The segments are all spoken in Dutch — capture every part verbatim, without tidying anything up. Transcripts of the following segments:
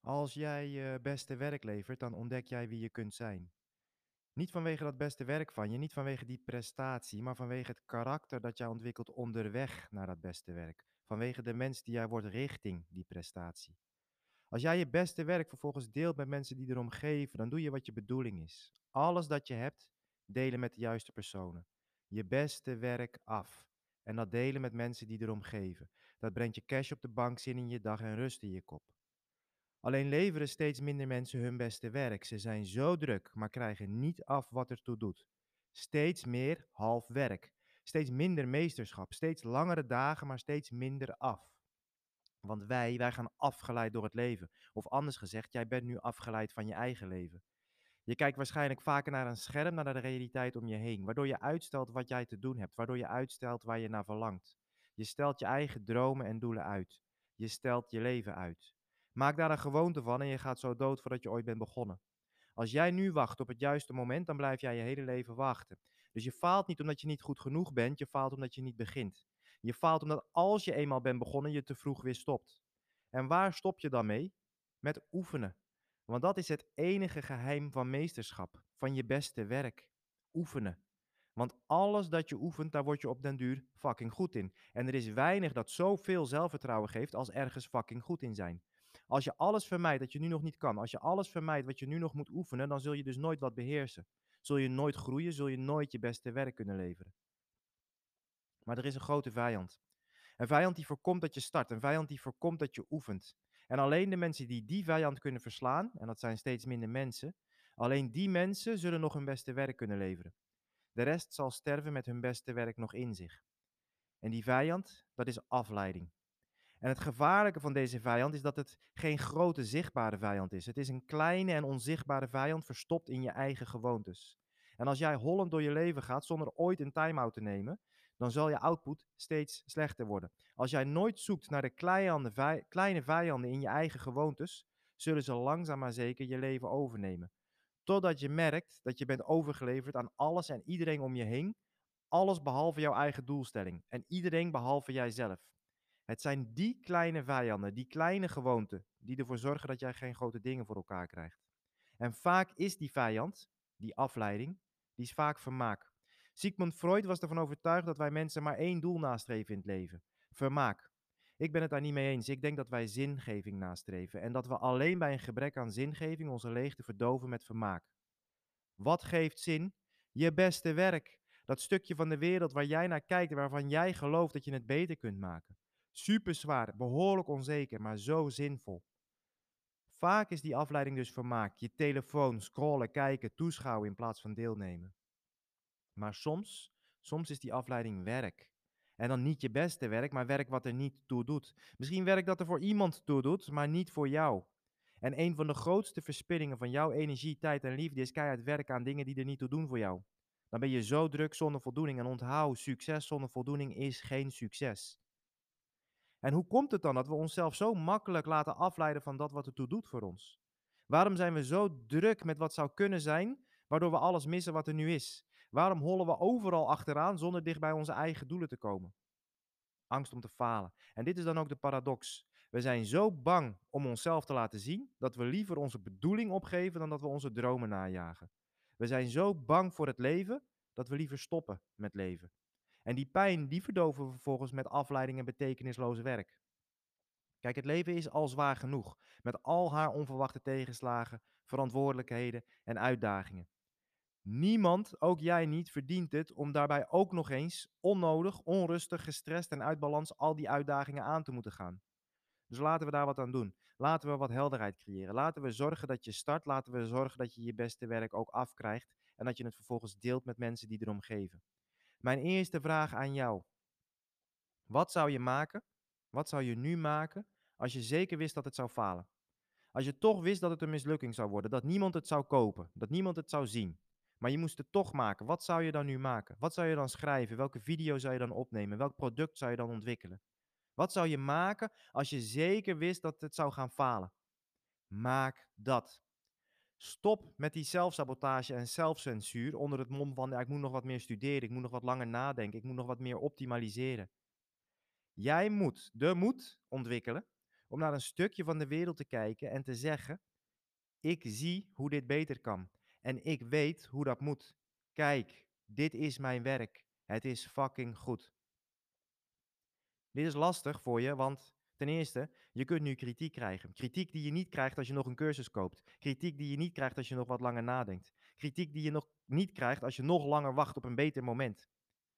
Als jij je beste werk levert, dan ontdek jij wie je kunt zijn. Niet vanwege dat beste werk van je, niet vanwege die prestatie, maar vanwege het karakter dat jij ontwikkelt onderweg naar dat beste werk. Vanwege de mens die jij wordt richting die prestatie. Als jij je beste werk vervolgens deelt met mensen die erom geven, dan doe je wat je bedoeling is. Alles dat je hebt, delen met de juiste personen. Je beste werk af. En dat delen met mensen die erom geven. Dat brengt je cash op de bank, zin in je dag en rust in je kop. Alleen leveren steeds minder mensen hun beste werk. Ze zijn zo druk, maar krijgen niet af wat ertoe doet. Steeds meer half werk. Steeds minder meesterschap. Steeds langere dagen, maar steeds minder af. Want wij, wij gaan afgeleid door het leven. Of anders gezegd, jij bent nu afgeleid van je eigen leven. Je kijkt waarschijnlijk vaker naar een scherm dan naar de realiteit om je heen, waardoor je uitstelt wat jij te doen hebt, waardoor je uitstelt waar je naar verlangt. Je stelt je eigen dromen en doelen uit. Je stelt je leven uit. Maak daar een gewoonte van en je gaat zo dood voordat je ooit bent begonnen. Als jij nu wacht op het juiste moment, dan blijf jij je hele leven wachten. Dus je faalt niet omdat je niet goed genoeg bent, je faalt omdat je niet begint. Je faalt omdat als je eenmaal bent begonnen, je te vroeg weer stopt. En waar stop je dan mee? Met oefenen. Want dat is het enige geheim van meesterschap, van je beste werk. Oefenen. Want alles dat je oefent, daar word je op den duur fucking goed in. En er is weinig dat zoveel zelfvertrouwen geeft als ergens fucking goed in zijn. Als je alles vermijdt dat je nu nog niet kan, als je alles vermijdt wat je nu nog moet oefenen, dan zul je dus nooit wat beheersen. Zul je nooit groeien, zul je nooit je beste werk kunnen leveren. Maar er is een grote vijand. Een vijand die voorkomt dat je start, een vijand die voorkomt dat je oefent. En alleen de mensen die die vijand kunnen verslaan, en dat zijn steeds minder mensen, alleen die mensen zullen nog hun beste werk kunnen leveren. De rest zal sterven met hun beste werk nog in zich. En die vijand, dat is afleiding. En het gevaarlijke van deze vijand is dat het geen grote zichtbare vijand is. Het is een kleine en onzichtbare vijand verstopt in je eigen gewoontes. En als jij hollend door je leven gaat zonder ooit een time-out te nemen, dan zal je output steeds slechter worden. Als jij nooit zoekt naar de kleine, vij- kleine vijanden in je eigen gewoontes, zullen ze langzaam maar zeker je leven overnemen. Totdat je merkt dat je bent overgeleverd aan alles en iedereen om je heen, alles behalve jouw eigen doelstelling en iedereen behalve jijzelf. Het zijn die kleine vijanden, die kleine gewoonten, die ervoor zorgen dat jij geen grote dingen voor elkaar krijgt. En vaak is die vijand, die afleiding, die is vaak vermaak. Sigmund Freud was ervan overtuigd dat wij mensen maar één doel nastreven in het leven: vermaak. Ik ben het daar niet mee eens. Ik denk dat wij zingeving nastreven en dat we alleen bij een gebrek aan zingeving onze leegte verdoven met vermaak. Wat geeft zin? Je beste werk. Dat stukje van de wereld waar jij naar kijkt en waarvan jij gelooft dat je het beter kunt maken. Super zwaar, behoorlijk onzeker, maar zo zinvol. Vaak is die afleiding dus vermaak. Je telefoon, scrollen, kijken, toeschouwen in plaats van deelnemen. Maar soms, soms is die afleiding werk. En dan niet je beste werk, maar werk wat er niet toe doet. Misschien werk dat er voor iemand toe doet, maar niet voor jou. En een van de grootste verspillingen van jouw energie, tijd en liefde is keihard werken aan dingen die er niet toe doen voor jou. Dan ben je zo druk zonder voldoening. En onthoud, succes zonder voldoening is geen succes. En hoe komt het dan dat we onszelf zo makkelijk laten afleiden van dat wat ertoe doet voor ons? Waarom zijn we zo druk met wat zou kunnen zijn, waardoor we alles missen wat er nu is? Waarom hollen we overal achteraan zonder dicht bij onze eigen doelen te komen? Angst om te falen. En dit is dan ook de paradox. We zijn zo bang om onszelf te laten zien, dat we liever onze bedoeling opgeven dan dat we onze dromen najagen. We zijn zo bang voor het leven, dat we liever stoppen met leven. En die pijn, die verdoven we vervolgens met afleiding en betekenisloos werk. Kijk, het leven is al zwaar genoeg, met al haar onverwachte tegenslagen, verantwoordelijkheden en uitdagingen. Niemand, ook jij niet, verdient het om daarbij ook nog eens onnodig, onrustig, gestrest en uit balans al die uitdagingen aan te moeten gaan. Dus laten we daar wat aan doen. Laten we wat helderheid creëren. Laten we zorgen dat je start. Laten we zorgen dat je je beste werk ook afkrijgt en dat je het vervolgens deelt met mensen die erom geven. Mijn eerste vraag aan jou: wat zou je maken? Wat zou je nu maken als je zeker wist dat het zou falen? Als je toch wist dat het een mislukking zou worden, dat niemand het zou kopen, dat niemand het zou zien, maar je moest het toch maken. Wat zou je dan nu maken? Wat zou je dan schrijven? Welke video zou je dan opnemen? Welk product zou je dan ontwikkelen? Wat zou je maken als je zeker wist dat het zou gaan falen? Maak dat. Stop met die zelfsabotage en zelfcensuur onder het mom van: ja, ik moet nog wat meer studeren, ik moet nog wat langer nadenken, ik moet nog wat meer optimaliseren. Jij moet de moed ontwikkelen Om naar een stukje van de wereld te kijken en te zeggen: ik zie hoe dit beter kan. En ik weet hoe dat moet. Kijk, dit is mijn werk. Het is fucking goed. Dit is lastig voor je, want ten eerste, je kunt nu kritiek krijgen. Kritiek die je niet krijgt als je nog een cursus koopt. Kritiek die je niet krijgt als je nog wat langer nadenkt. Kritiek die je nog niet krijgt als je nog langer wacht op een beter moment.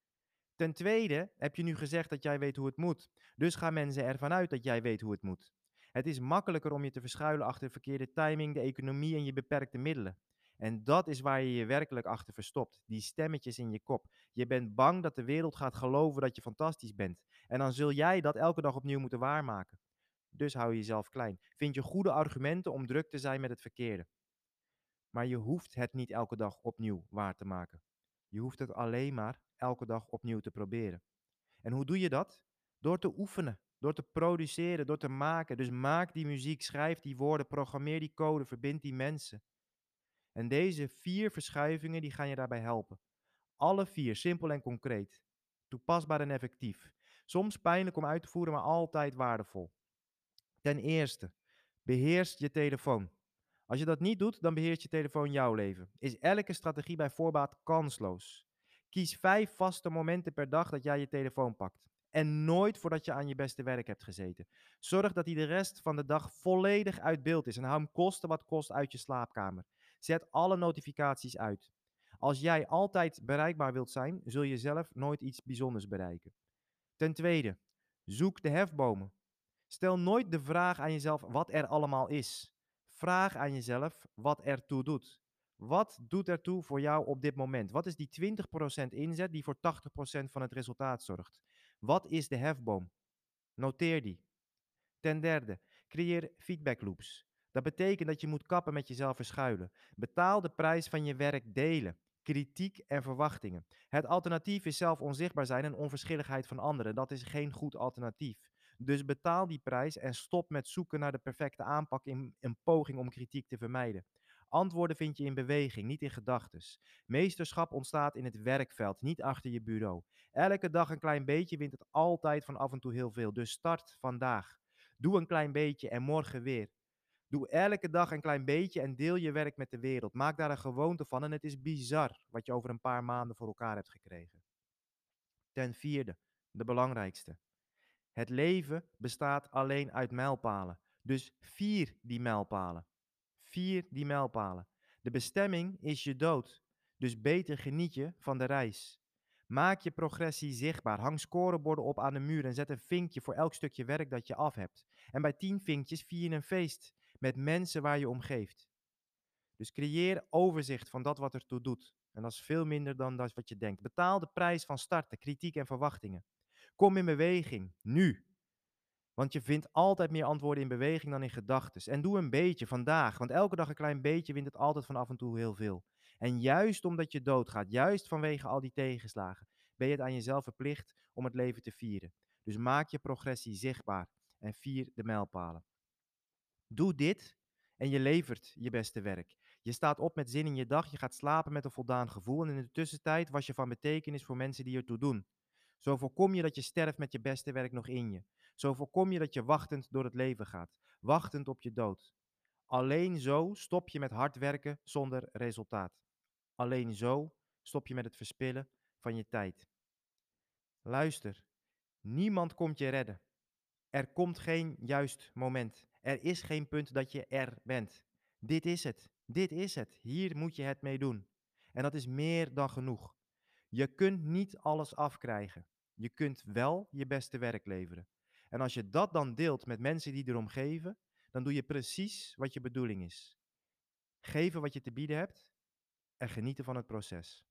Ten tweede heb je nu gezegd dat jij weet hoe het moet. Dus gaan mensen ervan uit dat jij weet hoe het moet. Het is makkelijker om je te verschuilen achter verkeerde timing, de economie en je beperkte middelen. En dat is waar je je werkelijk achter verstopt. Die stemmetjes in je kop. Je bent bang dat de wereld gaat geloven dat je fantastisch bent. En dan zul jij dat elke dag opnieuw moeten waarmaken. Dus hou jezelf klein. Vind je goede argumenten om druk te zijn met het verkeerde. Maar je hoeft het niet elke dag opnieuw waar te maken. Je hoeft het alleen maar elke dag opnieuw te proberen. En hoe doe je dat? Door te oefenen, door te produceren, door te maken. Dus maak die muziek, schrijf die woorden, programmeer die code, verbind die mensen. En deze vier verschuivingen die gaan je daarbij helpen. Alle vier, simpel en concreet. Toepasbaar en effectief. Soms pijnlijk om uit te voeren, maar altijd waardevol. Ten eerste, beheers je telefoon. Als je dat niet doet, dan beheert je telefoon jouw leven. Is elke strategie bij voorbaat kansloos. Kies vijf vaste momenten per dag dat jij je telefoon pakt. En nooit voordat je aan je beste werk hebt gezeten. Zorg dat hij de rest van de dag volledig uit beeld is en hou hem koste wat kost uit je slaapkamer. Zet alle notificaties uit. Als jij altijd bereikbaar wilt zijn, zul je zelf nooit iets bijzonders bereiken. Ten tweede, zoek de hefbomen. Stel nooit de vraag aan jezelf wat er allemaal is. Vraag aan jezelf wat ertoe doet. Wat doet ertoe voor jou op dit moment? Wat is die twintig procent inzet die voor tachtig procent van het resultaat zorgt? Wat is de hefboom? Noteer die. Ten derde, creëer feedback loops. Dat betekent dat je moet kappen met jezelf verschuilen. Betaal de prijs van je werk delen. Kritiek en verwachtingen. Het alternatief is zelf onzichtbaar zijn en onverschilligheid van anderen. Dat is geen goed alternatief. Dus betaal die prijs en stop met zoeken naar de perfecte aanpak in een poging om kritiek te vermijden. Antwoorden vind je in beweging, niet in gedachtes. Meesterschap ontstaat in het werkveld, niet achter je bureau. Elke dag een klein beetje wint het altijd van af en toe heel veel. Dus start vandaag. Doe een klein beetje en morgen weer. Doe elke dag een klein beetje en deel je werk met de wereld. Maak daar een gewoonte van en het is bizar wat je over een paar maanden voor elkaar hebt gekregen. Ten vierde, de belangrijkste. Het leven bestaat alleen uit mijlpalen. Dus vier die mijlpalen. Vier die mijlpalen. De bestemming is je dood. Dus beter geniet je van de reis. Maak je progressie zichtbaar. Hang scoreborden op aan de muur en zet een vinkje voor elk stukje werk dat je af hebt. En bij tien vinkjes vier je een feest met mensen waar je om geeft. Dus creëer overzicht van dat wat ertoe doet. En dat is veel minder dan dat wat je denkt. Betaal de prijs van starten, kritiek en verwachtingen. Kom in beweging, nu. Want je vindt altijd meer antwoorden in beweging dan in gedachten. En doe een beetje vandaag, want elke dag een klein beetje wint het altijd van af en toe heel veel. En juist omdat je doodgaat, juist vanwege al die tegenslagen, ben je het aan jezelf verplicht om het leven te vieren. Dus maak je progressie zichtbaar en vier de mijlpalen. Doe dit en je levert je beste werk. Je staat op met zin in je dag, je gaat slapen met een voldaan gevoel en in de tussentijd was je van betekenis voor mensen die ertoe doen. Zo voorkom je dat je sterft met je beste werk nog in je. Zo voorkom je dat je wachtend door het leven gaat, wachtend op je dood. Alleen zo stop je met hard werken zonder resultaat. Alleen zo stop je met het verspillen van je tijd. Luister, niemand komt je redden. Er komt geen juist moment. Er is geen punt dat je er bent. Dit is het. Dit is het. Hier moet je het mee doen. En dat is meer dan genoeg. Je kunt niet alles afkrijgen. Je kunt wel je beste werk leveren. En als je dat dan deelt met mensen die erom geven, dan doe je precies wat je bedoeling is. Geven wat je te bieden hebt en genieten van het proces.